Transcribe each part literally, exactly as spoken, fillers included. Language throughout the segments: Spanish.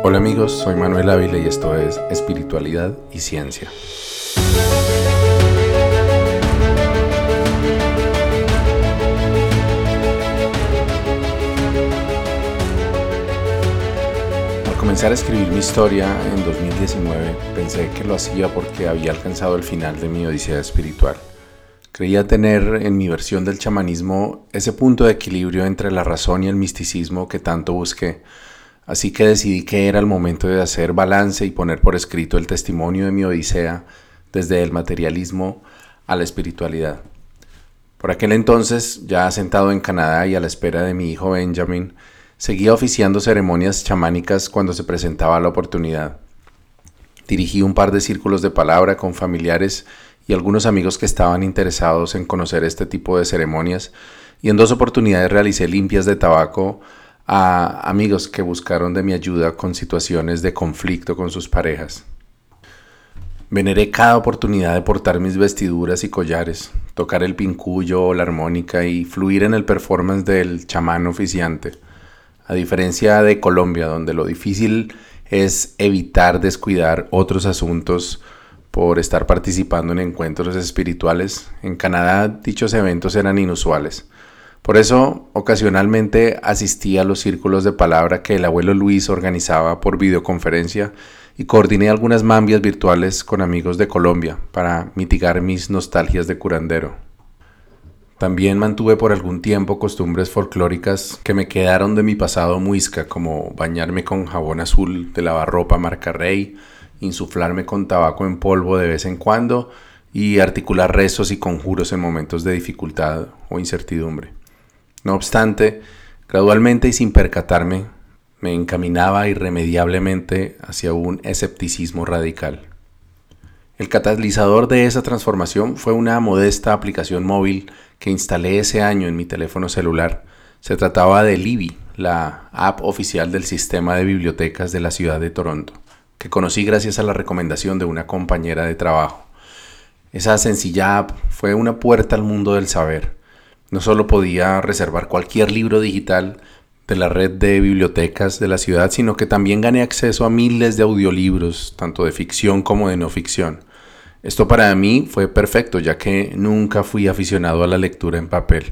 Hola amigos, soy Manuel Ávila y esto es Espiritualidad y Ciencia. Al comenzar a escribir mi historia en dos mil diecinueve, pensé que lo hacía porque había alcanzado el final de mi odisea espiritual. Creía tener en mi versión del chamanismo ese punto de equilibrio entre la razón y el misticismo que tanto busqué. Así que decidí que era el momento de hacer balance y poner por escrito el testimonio de mi odisea desde el materialismo a la espiritualidad. Por aquel entonces, ya asentado en Canadá y a la espera de mi hijo Benjamin, seguía oficiando ceremonias chamánicas cuando se presentaba la oportunidad. Dirigí un par de círculos de palabra con familiares y algunos amigos que estaban interesados en conocer este tipo de ceremonias, y en dos oportunidades realicé limpias de tabaco a amigos que buscaron de mi ayuda con situaciones de conflicto con sus parejas. Veneré cada oportunidad de portar mis vestiduras y collares, tocar el pincullo o la armónica y fluir en el performance del chamán oficiante. A diferencia de Colombia, donde lo difícil es evitar descuidar otros asuntos por estar participando en encuentros espirituales, en Canadá dichos eventos eran inusuales. Por eso, ocasionalmente asistí a los círculos de palabra que el abuelo Luis organizaba por videoconferencia y coordiné algunas mambias virtuales con amigos de Colombia para mitigar mis nostalgias de curandero. También mantuve por algún tiempo costumbres folclóricas que me quedaron de mi pasado muisca, como bañarme con jabón azul de lavarropa marca Rey, insuflarme con tabaco en polvo de vez en cuando y articular rezos y conjuros en momentos de dificultad o incertidumbre. No obstante, gradualmente y sin percatarme, me encaminaba irremediablemente hacia un escepticismo radical. El catalizador de esa transformación fue una modesta aplicación móvil que instalé ese año en mi teléfono celular. Se trataba de Libby, la app oficial del sistema de bibliotecas de la ciudad de Toronto, que conocí gracias a la recomendación de una compañera de trabajo. Esa sencilla app fue una puerta al mundo del saber. No solo podía reservar cualquier libro digital de la red de bibliotecas de la ciudad, sino que también gané acceso a miles de audiolibros, tanto de ficción como de no ficción. Esto para mí fue perfecto, ya que nunca fui aficionado a la lectura en papel.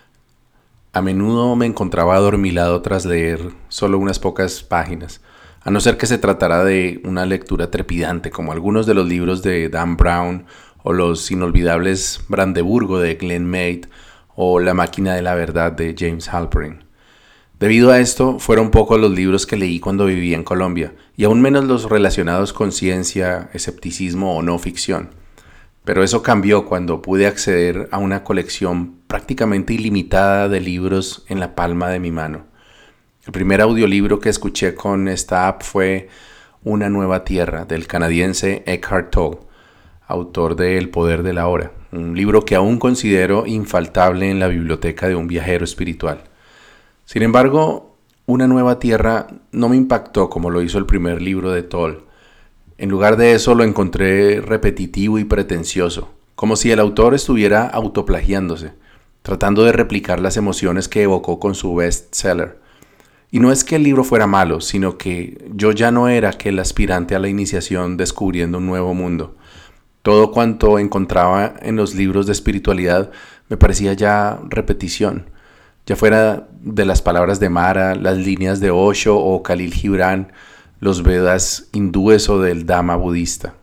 A menudo me encontraba adormilado tras leer solo unas pocas páginas, a no ser que se tratara de una lectura trepidante, como algunos de los libros de Dan Brown o los inolvidables Brandeburgo de Glenn Mead o La máquina de la verdad de James Halperin. Debido a esto, fueron pocos los libros que leí cuando vivía en Colombia, y aún menos los relacionados con ciencia, escepticismo o no ficción. Pero eso cambió cuando pude acceder a una colección prácticamente ilimitada de libros en la palma de mi mano. El primer audiolibro que escuché con esta app fue Una nueva tierra, del canadiense Eckhart Tolle, autor de El poder de la hora, un libro que aún considero infaltable en la biblioteca de un viajero espiritual. Sin embargo, Una nueva tierra no me impactó como lo hizo el primer libro de Tolle. En lugar de eso lo encontré repetitivo y pretencioso, como si el autor estuviera autoplagiándose, tratando de replicar las emociones que evocó con su bestseller. Y no es que el libro fuera malo, sino que yo ya no era aquel aspirante a la iniciación descubriendo un nuevo mundo. Todo cuanto encontraba en los libros de espiritualidad me parecía ya repetición, ya fuera de las palabras de Mara, las líneas de Osho o Khalil Gibran, los Vedas hindúes o del Dhamma budista.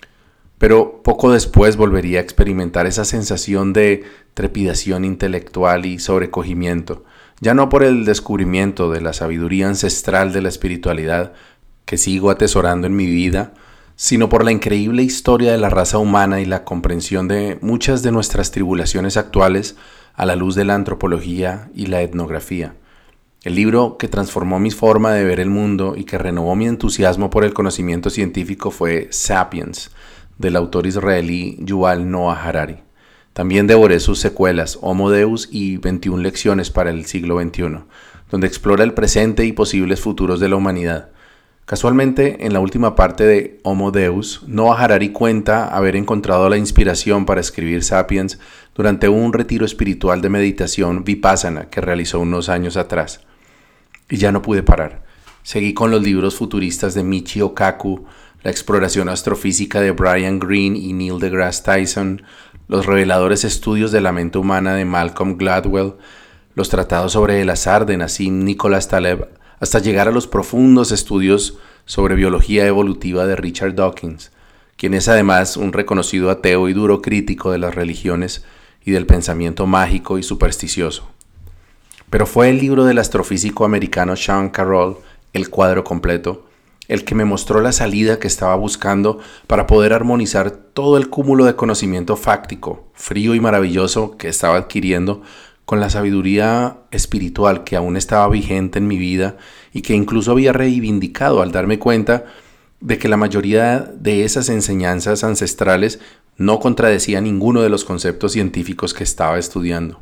Pero poco después volvería a experimentar esa sensación de trepidación intelectual y sobrecogimiento, ya no por el descubrimiento de la sabiduría ancestral de la espiritualidad que sigo atesorando en mi vida, sino por la increíble historia de la raza humana y la comprensión de muchas de nuestras tribulaciones actuales a la luz de la antropología y la etnografía. El libro que transformó mi forma de ver el mundo y que renovó mi entusiasmo por el conocimiento científico fue Sapiens, del autor israelí Yuval Noah Harari. También devoré sus secuelas, Homo Deus y veintiuna lecciones para el siglo veintiuno, donde explora el presente y posibles futuros de la humanidad. Casualmente, en la última parte de Homo Deus, Noah Harari cuenta haber encontrado la inspiración para escribir Sapiens durante un retiro espiritual de meditación vipassana que realizó unos años atrás. Y ya no pude parar. Seguí con los libros futuristas de Michio Kaku, la exploración astrofísica de Brian Greene y Neil deGrasse Tyson, los reveladores estudios de la mente humana de Malcolm Gladwell, los tratados sobre el azar de Nassim Nicholas Taleb, hasta llegar a los profundos estudios sobre biología evolutiva de Richard Dawkins, quien es además un reconocido ateo y duro crítico de las religiones y del pensamiento mágico y supersticioso. Pero fue el libro del astrofísico americano Sean Carroll, El cuadro completo, el que me mostró la salida que estaba buscando para poder armonizar todo el cúmulo de conocimiento fáctico, frío y maravilloso que estaba adquiriendo con la sabiduría espiritual que aún estaba vigente en mi vida y que incluso había reivindicado al darme cuenta de que la mayoría de esas enseñanzas ancestrales no contradecía ninguno de los conceptos científicos que estaba estudiando.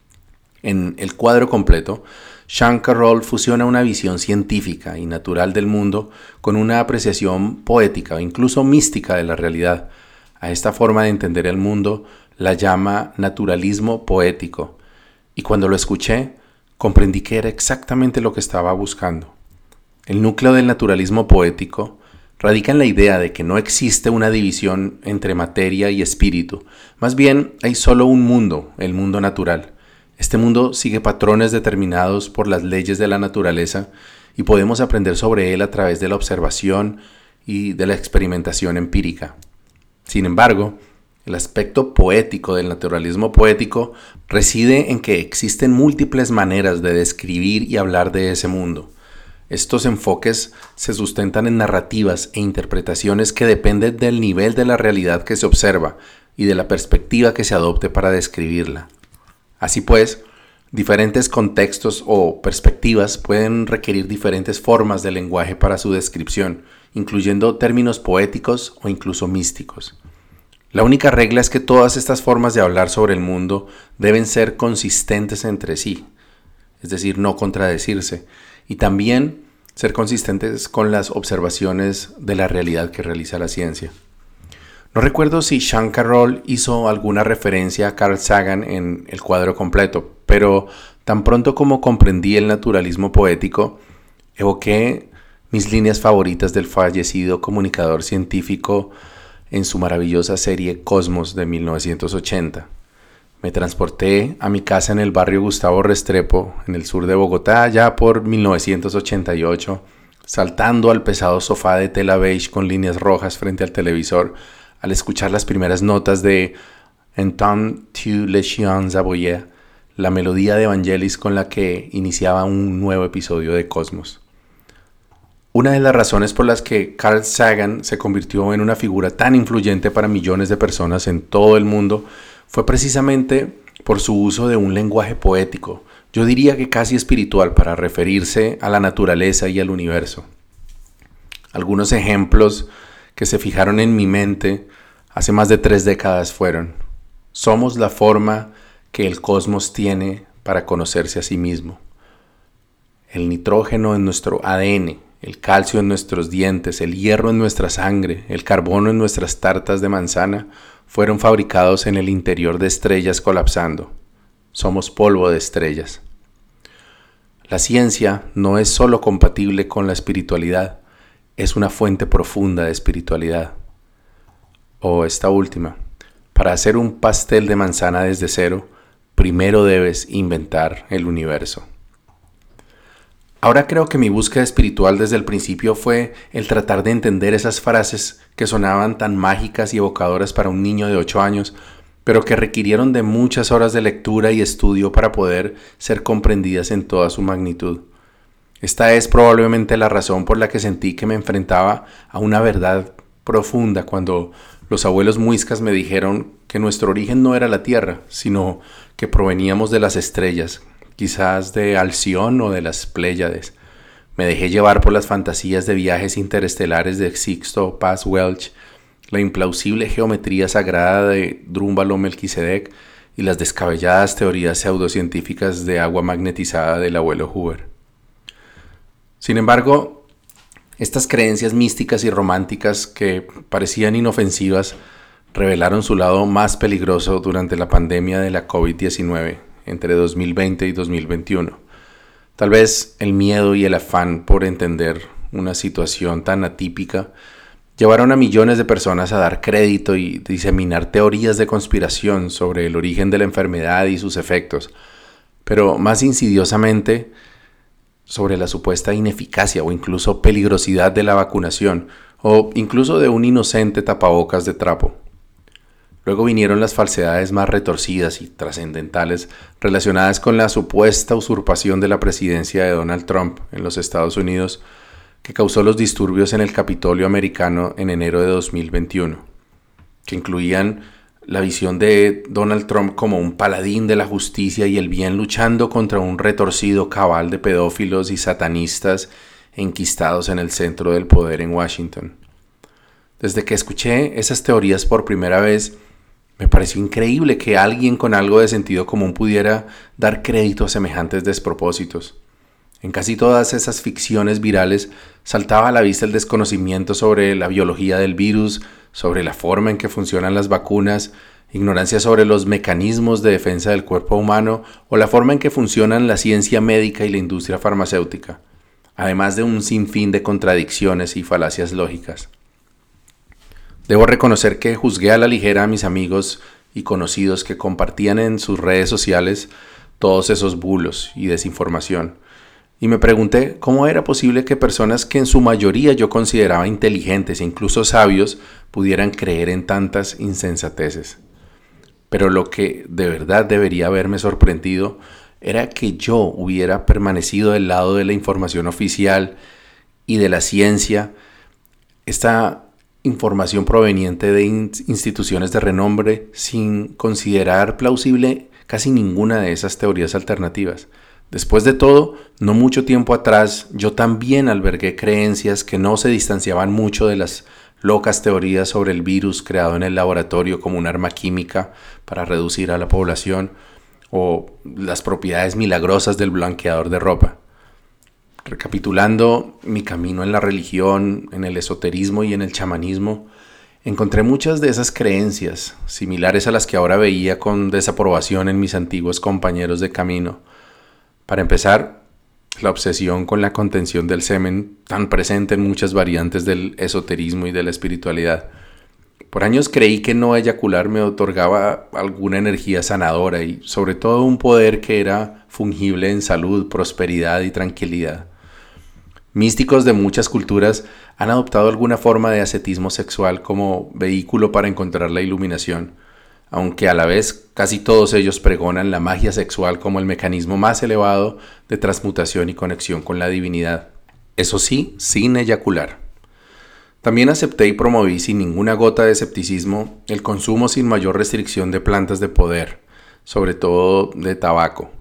En El cuadro completo, Sean Carroll fusiona una visión científica y natural del mundo con una apreciación poética o incluso mística de la realidad. A esta forma de entender el mundo la llama naturalismo poético, y cuando lo escuché, comprendí que era exactamente lo que estaba buscando. El núcleo del naturalismo poético radica en la idea de que no existe una división entre materia y espíritu, más bien hay solo un mundo, el mundo natural. Este mundo sigue patrones determinados por las leyes de la naturaleza y podemos aprender sobre él a través de la observación y de la experimentación empírica. Sin embargo, el aspecto poético del naturalismo poético reside en que existen múltiples maneras de describir y hablar de ese mundo. Estos enfoques se sustentan en narrativas e interpretaciones que dependen del nivel de la realidad que se observa y de la perspectiva que se adopte para describirla. Así pues, diferentes contextos o perspectivas pueden requerir diferentes formas de lenguaje para su descripción, incluyendo términos poéticos o incluso místicos. La única regla es que todas estas formas de hablar sobre el mundo deben ser consistentes entre sí, es decir, no contradecirse, y también ser consistentes con las observaciones de la realidad que realiza la ciencia. No recuerdo si Sean Carroll hizo alguna referencia a Carl Sagan en El cuadro completo, pero tan pronto como comprendí el naturalismo poético, evoqué mis líneas favoritas del fallecido comunicador científico en su maravillosa serie Cosmos de mil novecientos ochenta. Me transporté a mi casa en el barrio Gustavo Restrepo, en el sur de Bogotá, ya por mil novecientos ochenta y ocho, saltando al pesado sofá de tela beige con líneas rojas frente al televisor, al escuchar las primeras notas de Entendre tu le chien aboyer, la melodía de Vangelis con la que iniciaba un nuevo episodio de Cosmos. Una de las razones por las que Carl Sagan se convirtió en una figura tan influyente para millones de personas en todo el mundo fue precisamente por su uso de un lenguaje poético, yo diría que casi espiritual, para referirse a la naturaleza y al universo. Algunos ejemplos que se fijaron en mi mente hace más de tres décadas fueron: somos la forma que el cosmos tiene para conocerse a sí mismo. El nitrógeno en nuestro A D N, el calcio en nuestros dientes, el hierro en nuestra sangre, el carbono en nuestras tartas de manzana fueron fabricados en el interior de estrellas colapsando. Somos polvo de estrellas. La ciencia no es solo compatible con la espiritualidad, es una fuente profunda de espiritualidad. O esta última: para hacer un pastel de manzana desde cero, primero debes inventar el universo. Ahora creo que mi búsqueda espiritual desde el principio fue el tratar de entender esas frases que sonaban tan mágicas y evocadoras para un niño de ocho años, pero que requirieron de muchas horas de lectura y estudio para poder ser comprendidas en toda su magnitud. Esta es probablemente la razón por la que sentí que me enfrentaba a una verdad profunda cuando los abuelos muiscas me dijeron que nuestro origen no era la Tierra, sino que proveníamos de las estrellas, quizás de Alción o de las Pléyades. Me dejé llevar por las fantasías de viajes interestelares de Sixto Paz Welch, la implausible geometría sagrada de Drúmbalo Melquisedec y las descabelladas teorías pseudocientíficas de agua magnetizada del abuelo Hoover. Sin embargo, estas creencias místicas y románticas que parecían inofensivas revelaron su lado más peligroso durante la pandemia de la covid diecinueve entre dos mil veinte y dos mil veintiuno. Tal vez el miedo y el afán por entender una situación tan atípica llevaron a millones de personas a dar crédito y diseminar teorías de conspiración sobre el origen de la enfermedad y sus efectos, pero más insidiosamente sobre la supuesta ineficacia o incluso peligrosidad de la vacunación, o incluso de un inocente tapabocas de trapo. Luego vinieron las falsedades más retorcidas y trascendentales relacionadas con la supuesta usurpación de la presidencia de Donald Trump en los Estados Unidos, que causó los disturbios en el Capitolio americano en enero de dos mil veintiuno, que incluían la visión de Donald Trump como un paladín de la justicia y el bien luchando contra un retorcido cabal de pedófilos y satanistas enquistados en el centro del poder en Washington. Desde que escuché esas teorías por primera vez, me pareció increíble que alguien con algo de sentido común pudiera dar crédito a semejantes despropósitos. En casi todas esas ficciones virales saltaba a la vista el desconocimiento sobre la biología del virus, sobre la forma en que funcionan las vacunas, ignorancia sobre los mecanismos de defensa del cuerpo humano o la forma en que funcionan la ciencia médica y la industria farmacéutica, además de un sinfín de contradicciones y falacias lógicas. Debo reconocer que juzgué a la ligera a mis amigos y conocidos que compartían en sus redes sociales todos esos bulos y desinformación, y me pregunté cómo era posible que personas que en su mayoría yo consideraba inteligentes e incluso sabios pudieran creer en tantas insensateces. Pero lo que de verdad debería haberme sorprendido era que yo hubiera permanecido del lado de la información oficial y de la ciencia, esta información proveniente de instituciones de renombre, sin considerar plausible casi ninguna de esas teorías alternativas. Después de todo, no mucho tiempo atrás, yo también albergué creencias que no se distanciaban mucho de las locas teorías sobre el virus creado en el laboratorio como un arma química para reducir a la población, o las propiedades milagrosas del blanqueador de ropa. Recapitulando mi camino en la religión, en el esoterismo y en el chamanismo, encontré muchas de esas creencias, similares a las que ahora veía con desaprobación en mis antiguos compañeros de camino. Para empezar, la obsesión con la contención del semen, tan presente en muchas variantes del esoterismo y de la espiritualidad. Por años creí que no eyacular me otorgaba alguna energía sanadora y sobre todo un poder que era fungible en salud, prosperidad y tranquilidad. Místicos de muchas culturas han adoptado alguna forma de ascetismo sexual como vehículo para encontrar la iluminación, aunque a la vez casi todos ellos pregonan la magia sexual como el mecanismo más elevado de transmutación y conexión con la divinidad. Eso sí, sin eyacular. También acepté y promoví sin ninguna gota de escepticismo el consumo sin mayor restricción de plantas de poder, sobre todo de tabaco.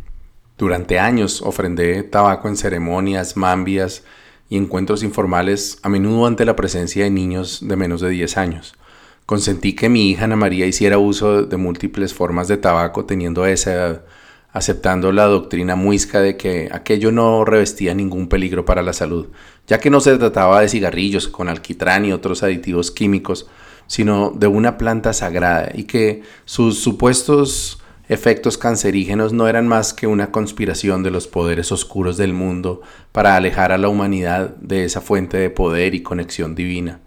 Durante años ofrendé tabaco en ceremonias, mambias y encuentros informales, a menudo ante la presencia de niños de menos de diez años. Consentí que mi hija Ana María hiciera uso de múltiples formas de tabaco teniendo esa edad, aceptando la doctrina muisca de que aquello no revestía ningún peligro para la salud, ya que no se trataba de cigarrillos con alquitrán y otros aditivos químicos, sino de una planta sagrada y que sus supuestos efectos cancerígenos no eran más que una conspiración de los poderes oscuros del mundo para alejar a la humanidad de esa fuente de poder y conexión divina.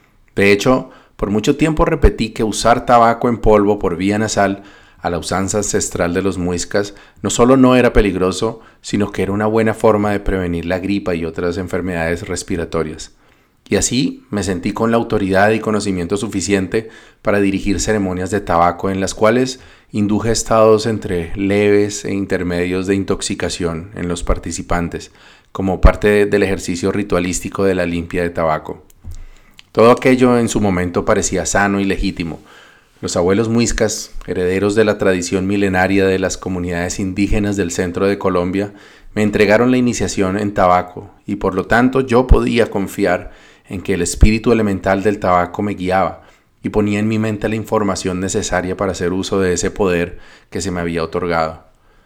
De hecho, por mucho tiempo repetí que usar tabaco en polvo por vía nasal, a la usanza ancestral de los muiscas, no solo no era peligroso, sino que era una buena forma de prevenir la gripa y otras enfermedades respiratorias. Y así me sentí con la autoridad y conocimiento suficiente para dirigir ceremonias de tabaco en las cuales induje estados entre leves e intermedios de intoxicación en los participantes, como parte del ejercicio ritualístico de la limpia de tabaco. Todo aquello en su momento parecía sano y legítimo. Los abuelos muiscas, herederos de la tradición milenaria de las comunidades indígenas del centro de Colombia, me entregaron la iniciación en tabaco y por lo tanto yo podía confiar en que el espíritu elemental del tabaco me guiaba y ponía en mi mente la información necesaria para hacer uso de ese poder que se me había otorgado.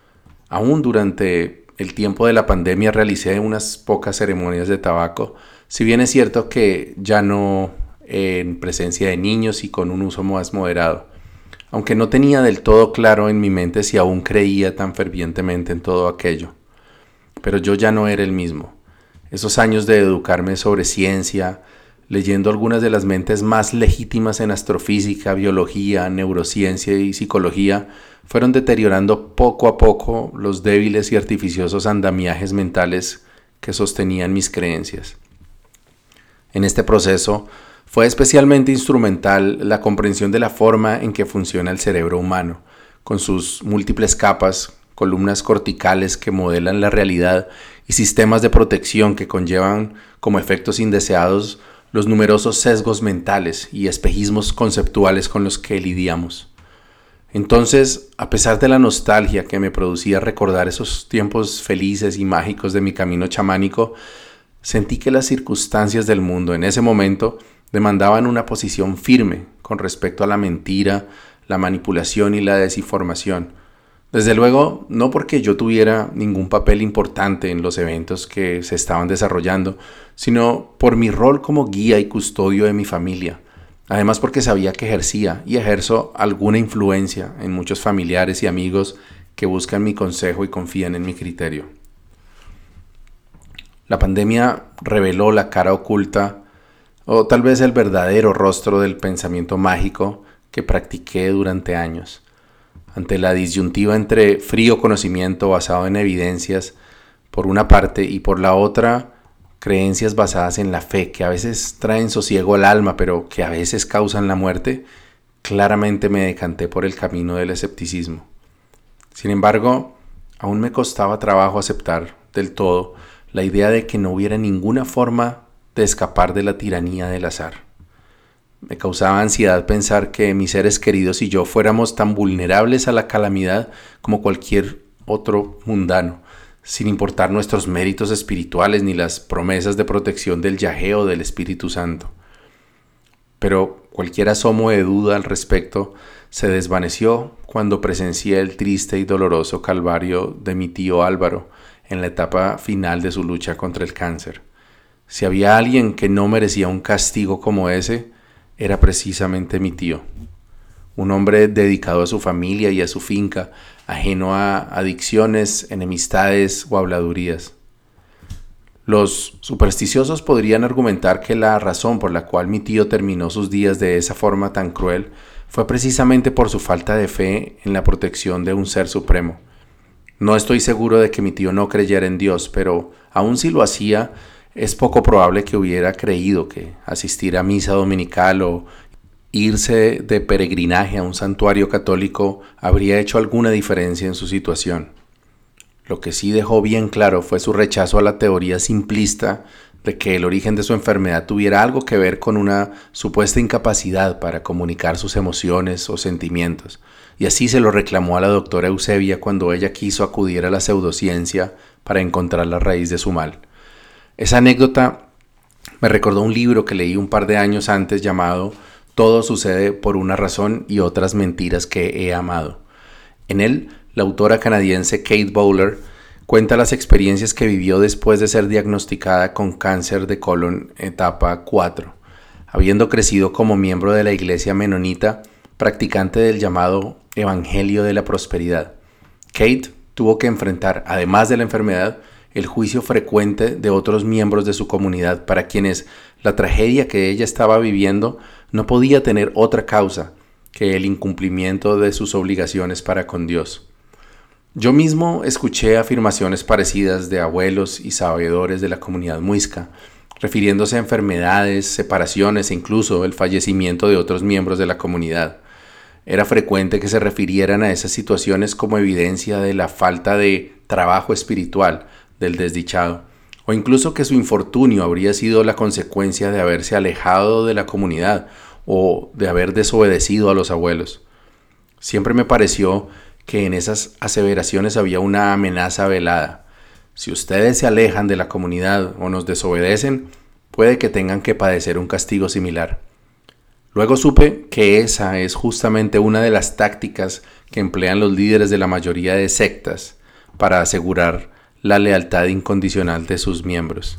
Aún durante el tiempo de la pandemia realicé unas pocas ceremonias de tabaco, si bien es cierto que ya no en presencia de niños y con un uso más moderado, aunque no tenía del todo claro en mi mente si aún creía tan fervientemente en todo aquello. pero yo ya no era el mismo. Esos años de educarme sobre ciencia, leyendo algunas de las mentes más legítimas en astrofísica, biología, neurociencia y psicología, fueron deteriorando poco a poco los débiles y artificiosos andamiajes mentales que sostenían mis creencias. En este proceso fue especialmente instrumental la comprensión de la forma en que funciona el cerebro humano, con sus múltiples capas, columnas corticales que modelan la realidad y sistemas de protección que conllevan como efectos indeseados los numerosos sesgos mentales y espejismos conceptuales con los que lidiamos. Entonces, a pesar de la nostalgia que me producía recordar esos tiempos felices y mágicos de mi camino chamánico, sentí que las circunstancias del mundo en ese momento demandaban una posición firme con respecto a la mentira, la manipulación y la desinformación. Desde luego, no porque yo tuviera ningún papel importante en los eventos que se estaban desarrollando, sino por mi rol como guía y custodio de mi familia. Además porque sabía que ejercía y ejerzo alguna influencia en muchos familiares y amigos que buscan mi consejo y confían en mi criterio. La pandemia reveló la cara oculta, o tal vez el verdadero rostro del pensamiento mágico que practiqué durante años. Ante la disyuntiva entre frío conocimiento basado en evidencias, por una parte, y por la otra, creencias basadas en la fe, que a veces traen sosiego al alma, pero que a veces causan la muerte, claramente me decanté por el camino del escepticismo. Sin embargo, aún me costaba trabajo aceptar del todo la idea de que no hubiera ninguna forma de escapar de la tiranía del azar. Me causaba ansiedad pensar que mis seres queridos y yo fuéramos tan vulnerables a la calamidad como cualquier otro mundano, sin importar nuestros méritos espirituales ni las promesas de protección del Yahé o del Espíritu Santo. Pero cualquier asomo de duda al respecto se desvaneció cuando presencié el triste y doloroso calvario de mi tío Álvaro en la etapa final de su lucha contra el cáncer. Si había alguien que no merecía un castigo como ese, era precisamente mi tío. Un hombre dedicado a su familia y a su finca, ajeno a adicciones, enemistades o habladurías. Los supersticiosos podrían argumentar que la razón por la cual mi tío terminó sus días de esa forma tan cruel fue precisamente por su falta de fe en la protección de un ser supremo. No estoy seguro de que mi tío no creyera en Dios, pero aun si lo hacía, es poco probable que hubiera creído que asistir a misa dominical o irse de peregrinaje a un santuario católico habría hecho alguna diferencia en su situación. Lo que sí dejó bien claro fue su rechazo a la teoría simplista de que el origen de su enfermedad tuviera algo que ver con una supuesta incapacidad para comunicar sus emociones o sentimientos, y así se lo reclamó a la doctora Eusebia cuando ella quiso acudir a la pseudociencia para encontrar la raíz de su mal. Esa anécdota me recordó un libro que leí un par de años antes llamado Todo sucede por una razón y otras mentiras que he amado. En él, la autora canadiense Kate Bowler cuenta las experiencias que vivió después de ser diagnosticada con cáncer de colon etapa cuatro, habiendo crecido como miembro de la iglesia menonita, practicante del llamado Evangelio de la Prosperidad. Kate tuvo que enfrentar, además de la enfermedad, el juicio frecuente de otros miembros de su comunidad para quienes la tragedia que ella estaba viviendo no podía tener otra causa que el incumplimiento de sus obligaciones para con Dios. Yo mismo escuché afirmaciones parecidas de abuelos y sabedores de la comunidad muisca, refiriéndose a enfermedades, separaciones e incluso el fallecimiento de otros miembros de la comunidad. Era frecuente que se refirieran a esas situaciones como evidencia de la falta de trabajo espiritual del desdichado, o incluso que su infortunio habría sido la consecuencia de haberse alejado de la comunidad o de haber desobedecido a los abuelos. Siempre me pareció que en esas aseveraciones había una amenaza velada. Si ustedes se alejan de la comunidad o nos desobedecen, puede que tengan que padecer un castigo similar. Luego supe que esa es justamente una de las tácticas que emplean los líderes de la mayoría de sectas para asegurar la lealtad incondicional de sus miembros.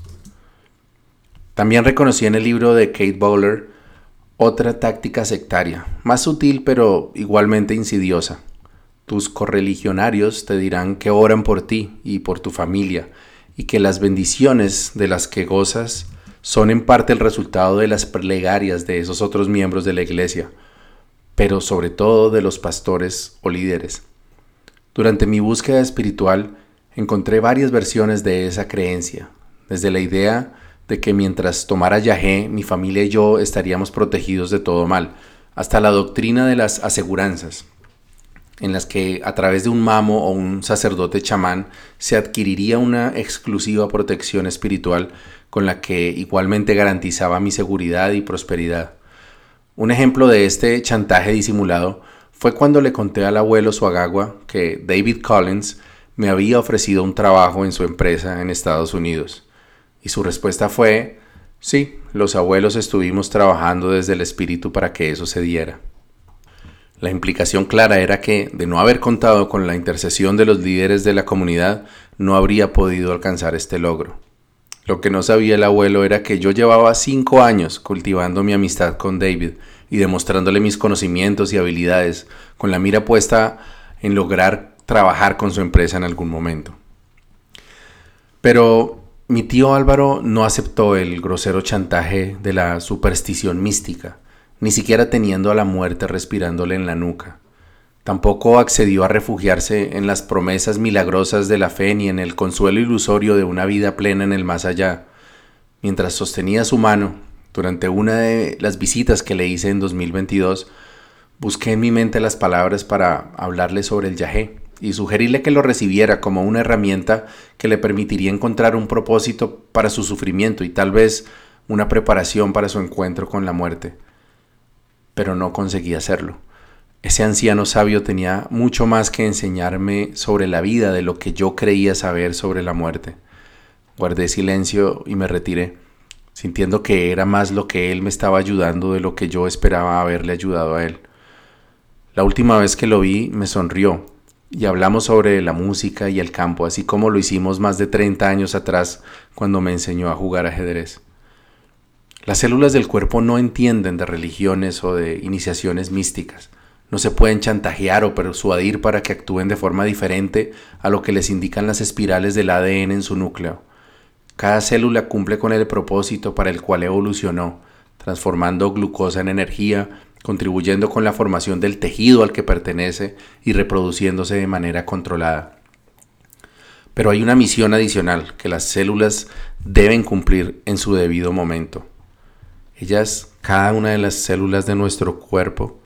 También reconocí en el libro de Kate Bowler otra táctica sectaria, más sutil pero igualmente insidiosa. Tus correligionarios te dirán que oran por ti y por tu familia, y que las bendiciones de las que gozas son en parte el resultado de las plegarias de esos otros miembros de la iglesia, pero sobre todo de los pastores o líderes. Durante mi búsqueda espiritual encontré varias versiones de esa creencia, desde la idea de que mientras tomara yagé, mi familia y yo estaríamos protegidos de todo mal, hasta la doctrina de las aseguranzas, en las que a través de un mamo o un sacerdote chamán se adquiriría una exclusiva protección espiritual con la que igualmente garantizaba mi seguridad y prosperidad. Un ejemplo de este chantaje disimulado fue cuando le conté al abuelo Suagagua que David Collins me había ofrecido un trabajo en su empresa en Estados Unidos. Y su respuesta fue: sí, los abuelos estuvimos trabajando desde el espíritu para que eso se diera. La implicación clara era que, de no haber contado con la intercesión de los líderes de la comunidad, no habría podido alcanzar este logro. Lo que no sabía el abuelo era que yo llevaba cinco años cultivando mi amistad con David y demostrándole mis conocimientos y habilidades, con la mira puesta en lograr trabajar con su empresa en algún momento. Pero mi tío Álvaro no aceptó el grosero chantaje de la superstición mística, ni siquiera teniendo a la muerte respirándole en la nuca. Tampoco accedió a refugiarse en las promesas milagrosas de la fe ni en el consuelo ilusorio de una vida plena en el más allá. Mientras sostenía su mano, durante una de las visitas que le hice en dos mil veintidós, busqué en mi mente las palabras para hablarle sobre el yagé y sugerirle que lo recibiera como una herramienta que le permitiría encontrar un propósito para su sufrimiento y tal vez una preparación para su encuentro con la muerte. Pero no conseguí hacerlo. Ese anciano sabio tenía mucho más que enseñarme sobre la vida de lo que yo creía saber sobre la muerte. Guardé silencio y me retiré, sintiendo que era más lo que él me estaba ayudando de lo que yo esperaba haberle ayudado a él. La última vez que lo vi me sonrió y hablamos sobre la música y el campo, así como lo hicimos más de treinta años atrás cuando me enseñó a jugar ajedrez. Las células del cuerpo no entienden de religiones o de iniciaciones místicas. No se pueden chantajear o persuadir para que actúen de forma diferente a lo que les indican las espirales del A D N en su núcleo. Cada célula cumple con el propósito para el cual evolucionó, transformando glucosa en energía, contribuyendo con la formación del tejido al que pertenece y reproduciéndose de manera controlada. Pero hay una misión adicional que las células deben cumplir en su debido momento. Ellas, cada una de las células de nuestro cuerpo,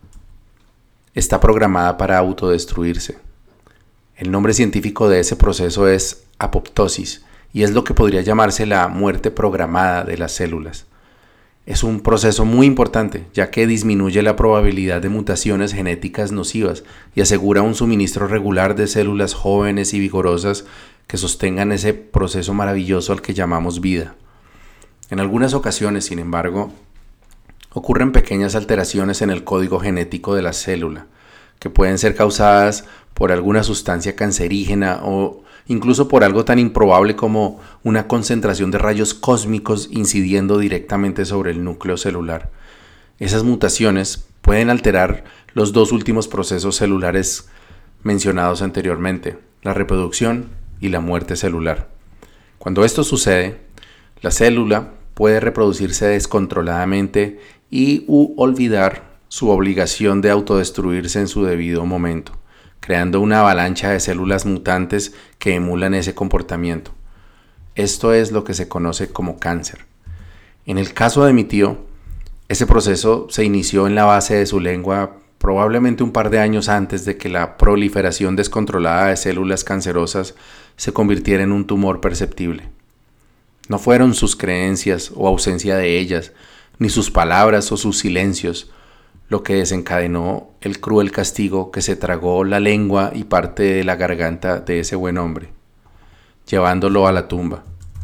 está programada para autodestruirse. El nombre científico de ese proceso es apoptosis y es lo que podría llamarse la muerte programada de las células. Es un proceso muy importante, ya que disminuye la probabilidad de mutaciones genéticas nocivas y asegura un suministro regular de células jóvenes y vigorosas que sostengan ese proceso maravilloso al que llamamos vida. En algunas ocasiones, sin embargo, ocurren pequeñas alteraciones en el código genético de la célula, que pueden ser causadas por alguna sustancia cancerígena o incluso por algo tan improbable como una concentración de rayos cósmicos incidiendo directamente sobre el núcleo celular. Esas mutaciones pueden alterar los dos últimos procesos celulares mencionados anteriormente, la reproducción y la muerte celular. Cuando esto sucede, la célula puede reproducirse descontroladamente y u olvidar su obligación de autodestruirse en su debido momento, creando una avalancha de células mutantes que emulan ese comportamiento. Esto es lo que se conoce como cáncer. En el caso de mi tío, ese proceso se inició en la base de su lengua probablemente un par de años antes de que la proliferación descontrolada de células cancerosas se convirtiera en un tumor perceptible. No fueron sus creencias o ausencia de ellas, ni sus palabras o sus silencios, lo que desencadenó el cruel castigo que se tragó la lengua y parte de la garganta de ese buen hombre, llevándolo a la tumba.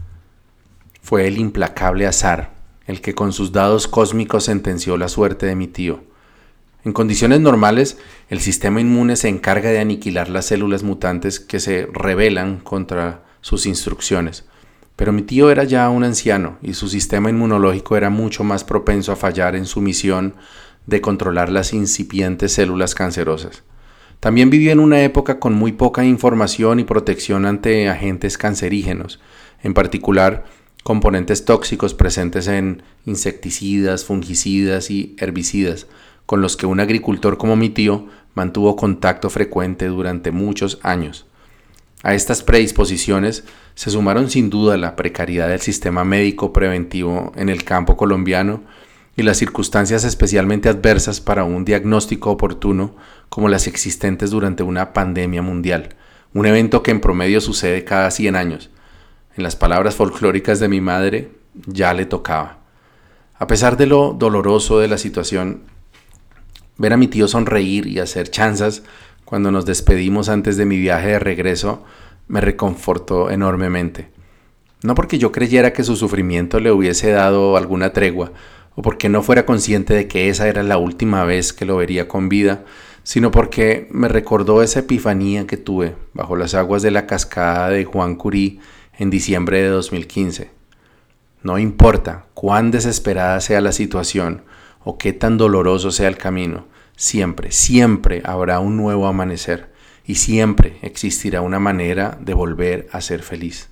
Fue el implacable azar el que con sus dados cósmicos sentenció la suerte de mi tío. En condiciones normales, el sistema inmune se encarga de aniquilar las células mutantes que se rebelan contra sus instrucciones. Pero mi tío era ya un anciano y su sistema inmunológico era mucho más propenso a fallar en su misión de controlar las incipientes células cancerosas. También viví en una época con muy poca información y protección ante agentes cancerígenos, en particular componentes tóxicos presentes en insecticidas, fungicidas y herbicidas, con los que un agricultor como mi tío mantuvo contacto frecuente durante muchos años. A estas predisposiciones se sumaron sin duda la precariedad del sistema médico preventivo en el campo colombiano y las circunstancias especialmente adversas para un diagnóstico oportuno como las existentes durante una pandemia mundial, un evento que en promedio sucede cada cien años. En las palabras folclóricas de mi madre, ya le tocaba. A pesar de lo doloroso de la situación, ver a mi tío sonreír y hacer chanzas cuando nos despedimos antes de mi viaje de regreso me reconfortó enormemente. No porque yo creyera que su sufrimiento le hubiese dado alguna tregua, o porque no fuera consciente de que esa era la última vez que lo vería con vida, sino porque me recordó esa epifanía que tuve bajo las aguas de la cascada de Juan Curí en diciembre de dos mil quince. No importa cuán desesperada sea la situación o qué tan doloroso sea el camino, siempre, siempre habrá un nuevo amanecer y siempre existirá una manera de volver a ser feliz.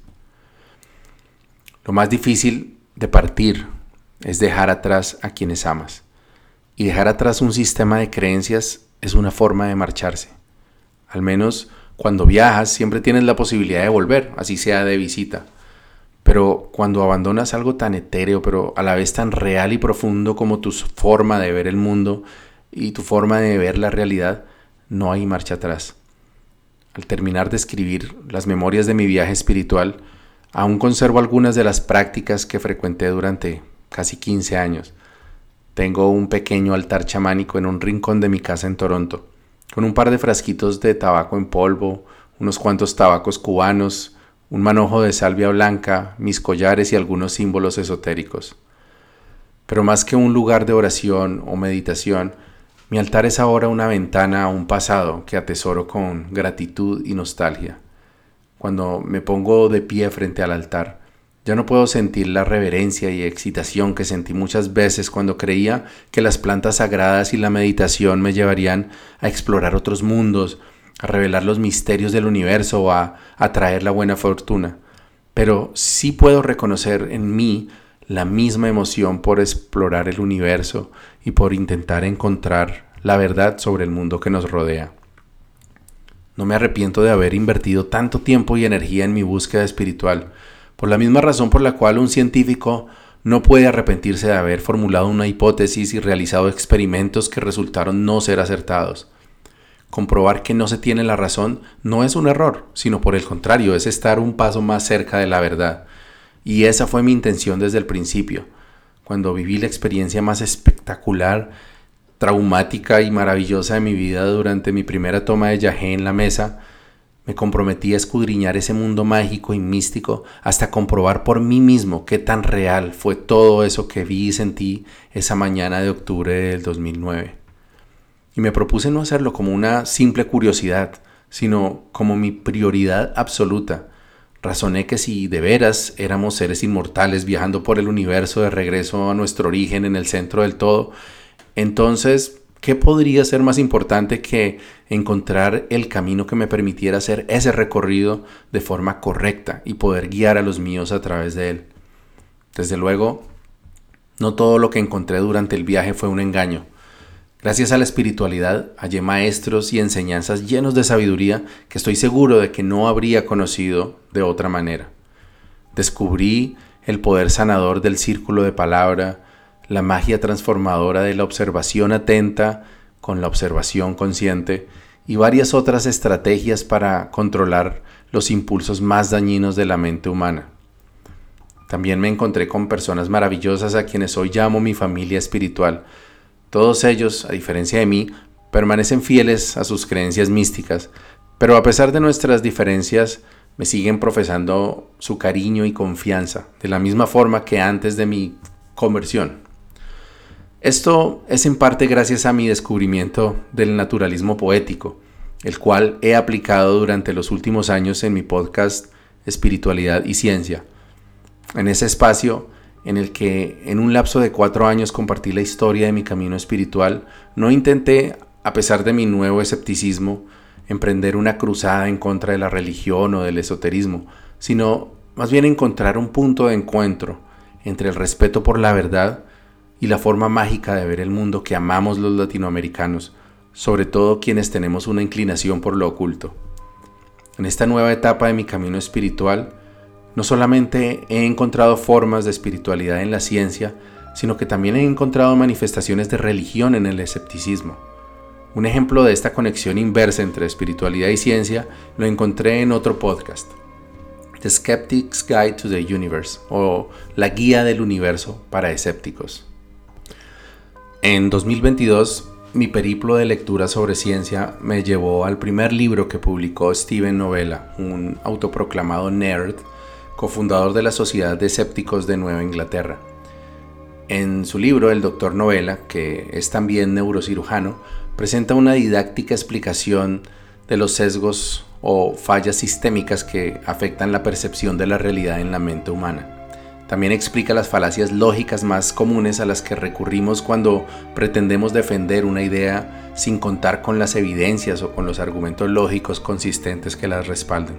Lo más difícil de partir es dejar atrás a quienes amas. Y dejar atrás un sistema de creencias es una forma de marcharse. Al menos cuando viajas siempre tienes la posibilidad de volver, así sea de visita. Pero cuando abandonas algo tan etéreo, pero a la vez tan real y profundo como tu forma de ver el mundo y tu forma de ver la realidad, no hay marcha atrás. Al terminar de escribir las memorias de mi viaje espiritual, aún conservo algunas de las prácticas que frecuenté durante casi quince años. Tengo un pequeño altar chamánico en un rincón de mi casa en Toronto, con un par de frasquitos de tabaco en polvo, unos cuantos tabacos cubanos, un manojo de salvia blanca, mis collares y algunos símbolos esotéricos. Pero más que un lugar de oración o meditación, mi altar es ahora una ventana a un pasado que atesoro con gratitud y nostalgia. Cuando me pongo de pie frente al altar, ya no puedo sentir la reverencia y excitación que sentí muchas veces cuando creía que las plantas sagradas y la meditación me llevarían a explorar otros mundos, a revelar los misterios del universo o a atraer la buena fortuna. Pero sí puedo reconocer en mí la misma emoción por explorar el universo y por intentar encontrar la verdad sobre el mundo que nos rodea. No me arrepiento de haber invertido tanto tiempo y energía en mi búsqueda espiritual, por la misma razón por la cual un científico no puede arrepentirse de haber formulado una hipótesis y realizado experimentos que resultaron no ser acertados. Comprobar que no se tiene la razón no es un error, sino por el contrario, es estar un paso más cerca de la verdad. Y esa fue mi intención desde el principio, cuando viví la experiencia más espectacular, traumática y maravillosa de mi vida durante mi primera toma de yagé en la mesa. Me comprometí a escudriñar ese mundo mágico y místico hasta comprobar por mí mismo qué tan real fue todo eso que vi y sentí esa mañana de octubre del dos mil nueve. Y me propuse no hacerlo como una simple curiosidad, sino como mi prioridad absoluta. Razoné que si de veras éramos seres inmortales viajando por el universo de regreso a nuestro origen en el centro del todo, entonces, ¿qué podría ser más importante que encontrar el camino que me permitiera hacer ese recorrido de forma correcta y poder guiar a los míos a través de él? Desde luego, no todo lo que encontré durante el viaje fue un engaño. Gracias a la espiritualidad hallé maestros y enseñanzas llenos de sabiduría que estoy seguro de que no habría conocido de otra manera. Descubrí el poder sanador del círculo de palabra, la magia transformadora de la observación atenta con la observación consciente y varias otras estrategias para controlar los impulsos más dañinos de la mente humana. También me encontré con personas maravillosas a quienes hoy llamo mi familia espiritual. Todos ellos, a diferencia de mí, permanecen fieles a sus creencias místicas, pero a pesar de nuestras diferencias, me siguen profesando su cariño y confianza, de la misma forma que antes de mi conversión. Esto es en parte gracias a mi descubrimiento del naturalismo poético, el cual he aplicado durante los últimos años en mi podcast Espiritualidad y Ciencia. En ese espacio, en el que en un lapso de cuatro años compartí la historia de mi camino espiritual, no intenté, a pesar de mi nuevo escepticismo, emprender una cruzada en contra de la religión o del esoterismo, sino más bien encontrar un punto de encuentro entre el respeto por la verdad y la forma mágica de ver el mundo que amamos los latinoamericanos, sobre todo quienes tenemos una inclinación por lo oculto. En esta nueva etapa de mi camino espiritual, no solamente he encontrado formas de espiritualidad en la ciencia, sino que también he encontrado manifestaciones de religión en el escepticismo. Un ejemplo de esta conexión inversa entre espiritualidad y ciencia lo encontré en otro podcast, The Skeptic's Guide to the Universe, o La Guía del Universo para Escépticos. En dos mil veintidós, mi periplo de lectura sobre ciencia me llevó al primer libro que publicó Steven Novella, un autoproclamado nerd, cofundador de la Sociedad de Escépticos de Nueva Inglaterra. En su libro, el doctor Novella, que es también neurocirujano, presenta una didáctica explicación de los sesgos o fallas sistémicas que afectan la percepción de la realidad en la mente humana. También explica las falacias lógicas más comunes a las que recurrimos cuando pretendemos defender una idea sin contar con las evidencias o con los argumentos lógicos consistentes que las respalden.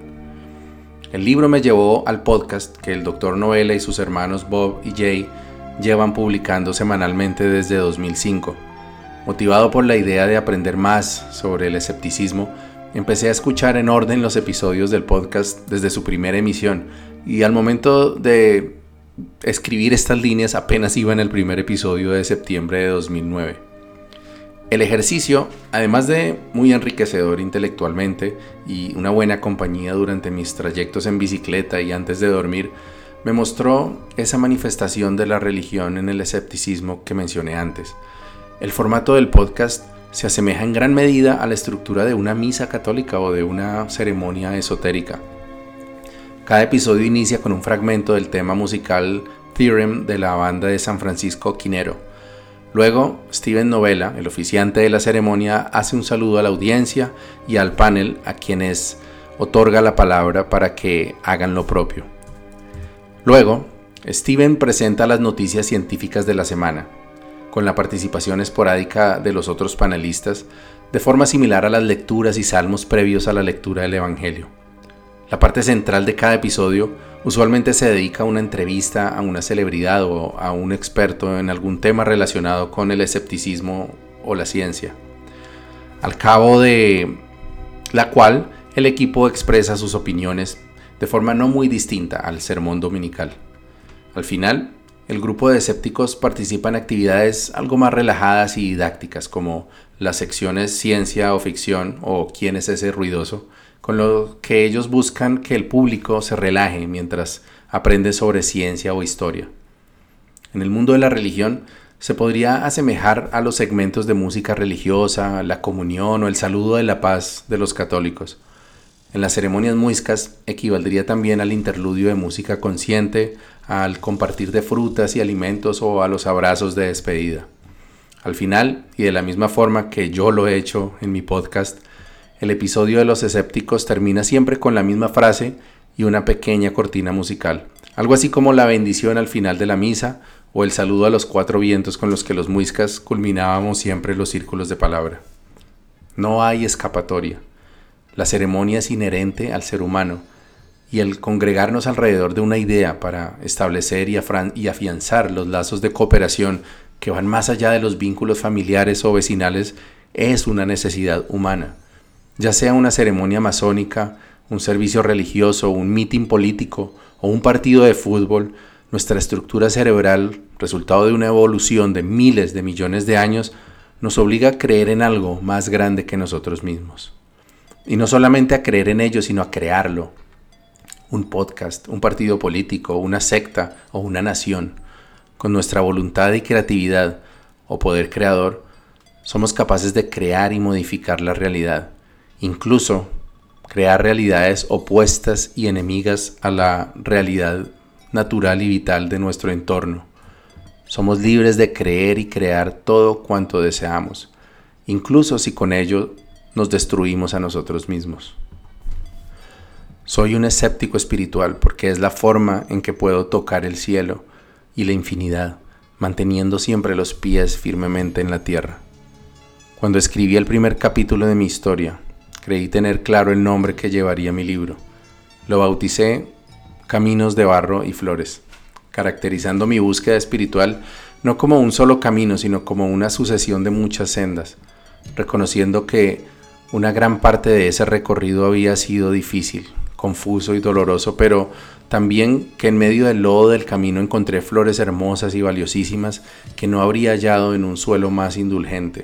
El libro me llevó al podcast que el doctor Novella y sus hermanos Bob y Jay llevan publicando semanalmente desde dos mil cinco. Motivado por la idea de aprender más sobre el escepticismo, empecé a escuchar en orden los episodios del podcast desde su primera emisión, y al momento de escribir estas líneas apenas iba en el primer episodio de septiembre de dos mil nueve. El ejercicio, además de muy enriquecedor intelectualmente y una buena compañía durante mis trayectos en bicicleta y antes de dormir, me mostró esa manifestación de la religión en el escepticismo que mencioné antes. El formato del podcast se asemeja en gran medida a la estructura de una misa católica o de una ceremonia esotérica. Cada episodio inicia con un fragmento del tema musical Theorem de la banda de San Francisco Quinero. Luego, Steven Novella, el oficiante de la ceremonia, hace un saludo a la audiencia y al panel, a quienes otorga la palabra para que hagan lo propio. Luego, Steven presenta las noticias científicas de la semana, con la participación esporádica de los otros panelistas, de forma similar a las lecturas y salmos previos a la lectura del Evangelio. La parte central de cada episodio usualmente se dedica a una entrevista a una celebridad o a un experto en algún tema relacionado con el escepticismo o la ciencia, al cabo de la cual el equipo expresa sus opiniones de forma no muy distinta al sermón dominical. Al final, el grupo de escépticos participa en actividades algo más relajadas y didácticas, como las secciones Ciencia o Ficción o ¿Quién es ese ruidoso?, con lo que ellos buscan que el público se relaje mientras aprende sobre ciencia o historia. En el mundo de la religión se podría asemejar a los segmentos de música religiosa, la comunión o el saludo de la paz de los católicos. En las ceremonias muiscas equivaldría también al interludio de música consciente, al compartir de frutas y alimentos o a los abrazos de despedida. Al final, y de la misma forma que yo lo he hecho en mi podcast, el episodio de los escépticos termina siempre con la misma frase y una pequeña cortina musical, algo así como la bendición al final de la misa o el saludo a los cuatro vientos con los que los muiscas culminábamos siempre los círculos de palabra. No hay escapatoria. La ceremonia es inherente al ser humano, y el congregarnos alrededor de una idea para establecer y, afran- y afianzar los lazos de cooperación que van más allá de los vínculos familiares o vecinales es una necesidad humana. Ya sea una ceremonia masónica, un servicio religioso, un mitin político o un partido de fútbol, nuestra estructura cerebral, resultado de una evolución de miles de millones de años, nos obliga a creer en algo más grande que nosotros mismos. Y no solamente a creer en ello, sino a crearlo. Un podcast, un partido político, una secta o una nación. Con nuestra voluntad y creatividad o poder creador, somos capaces de crear y modificar la realidad. Incluso crear realidades opuestas y enemigas a la realidad natural y vital de nuestro entorno. Somos libres de creer y crear todo cuanto deseamos, incluso si con ello nos destruimos a nosotros mismos. Soy un escéptico espiritual porque es la forma en que puedo tocar el cielo y la infinidad, manteniendo siempre los pies firmemente en la tierra. Cuando escribí el primer capítulo de mi historia, creí tener claro el nombre que llevaría mi libro. Lo bauticé Caminos de Barro y Flores, caracterizando mi búsqueda espiritual no como un solo camino, sino como una sucesión de muchas sendas, reconociendo que una gran parte de ese recorrido había sido difícil, confuso y doloroso, pero también que en medio del lodo del camino encontré flores hermosas y valiosísimas que no habría hallado en un suelo más indulgente.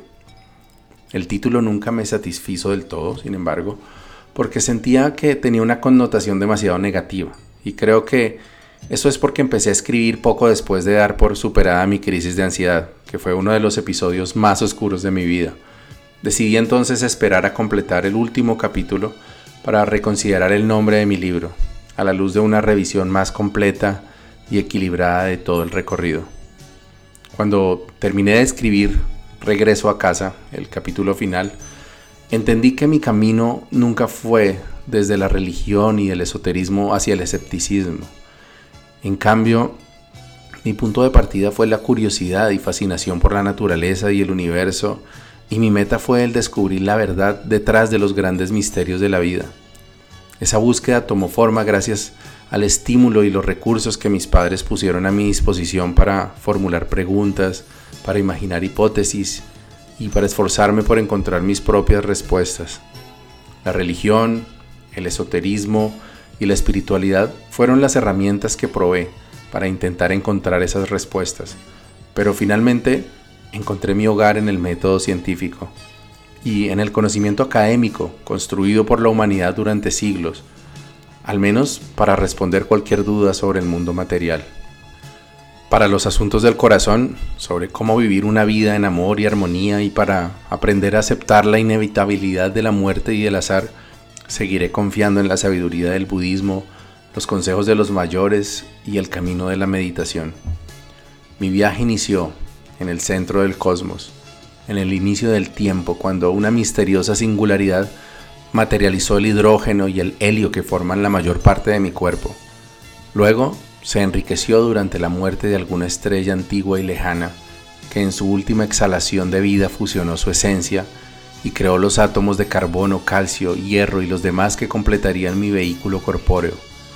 El título nunca me satisfizo del todo, sin embargo, porque sentía que tenía una connotación demasiado negativa, y creo que eso es porque empecé a escribir poco después de dar por superada mi crisis de ansiedad, que fue uno de los episodios más oscuros de mi vida. Decidí entonces esperar a completar el último capítulo para reconsiderar el nombre de mi libro, a la luz de una revisión más completa y equilibrada de todo el recorrido. Cuando terminé de escribir Regreso a casa, el capítulo final, entendí que mi camino nunca fue desde la religión y el esoterismo hacia el escepticismo. En cambio, mi punto de partida fue la curiosidad y fascinación por la naturaleza y el universo, y mi meta fue el descubrir la verdad detrás de los grandes misterios de la vida. Esa búsqueda tomó forma gracias al estímulo y los recursos que mis padres pusieron a mi disposición para formular preguntas, para imaginar hipótesis y para esforzarme por encontrar mis propias respuestas. La religión, el esoterismo y la espiritualidad fueron las herramientas que probé para intentar encontrar esas respuestas, pero finalmente encontré mi hogar en el método científico y en el conocimiento académico construido por la humanidad durante siglos, al menos para responder cualquier duda sobre el mundo material. Para los asuntos del corazón, sobre cómo vivir una vida en amor y armonía, y para aprender a aceptar la inevitabilidad de la muerte y el azar, seguiré confiando en la sabiduría del budismo, los consejos de los mayores y el camino de la meditación. Mi viaje inició en el centro del cosmos, en el inicio del tiempo, cuando una misteriosa singularidad materializó el hidrógeno y el helio que forman la mayor parte de mi cuerpo. Luego se enriqueció durante la muerte de alguna estrella antigua y lejana, que en su última exhalación de vida fusionó su esencia y creó los átomos de carbono, calcio, hierro y los demás que completarían mi vehículo corpóreo.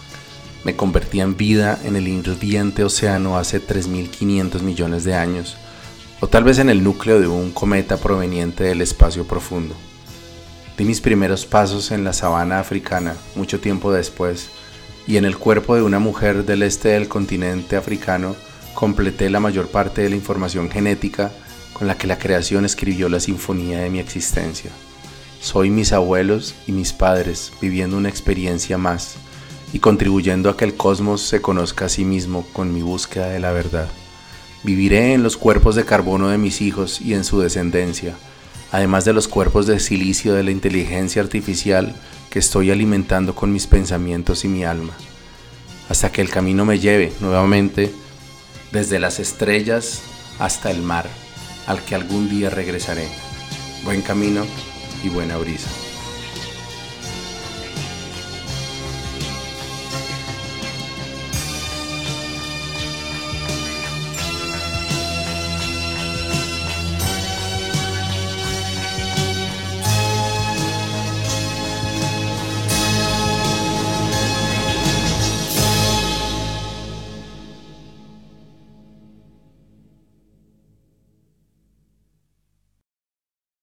Me convertí en vida en el hirviente océano hace tres mil quinientos millones de años, o tal vez en el núcleo de un cometa proveniente del espacio profundo. Di mis primeros pasos en la sabana africana mucho tiempo después, y en el cuerpo de una mujer del este del continente africano completé la mayor parte de la información genética con la que la creación escribió la sinfonía de mi existencia. Soy mis abuelos y mis padres viviendo una experiencia más y contribuyendo a que el cosmos se conozca a sí mismo con mi búsqueda de la verdad. Viviré en los cuerpos de carbono de mis hijos y en su descendencia, además de los cuerpos de silicio de la inteligencia artificial que estoy alimentando con mis pensamientos y mi alma, hasta que el camino me lleve nuevamente desde las estrellas hasta el mar, al que algún día regresaré. Buen camino y buena brisa.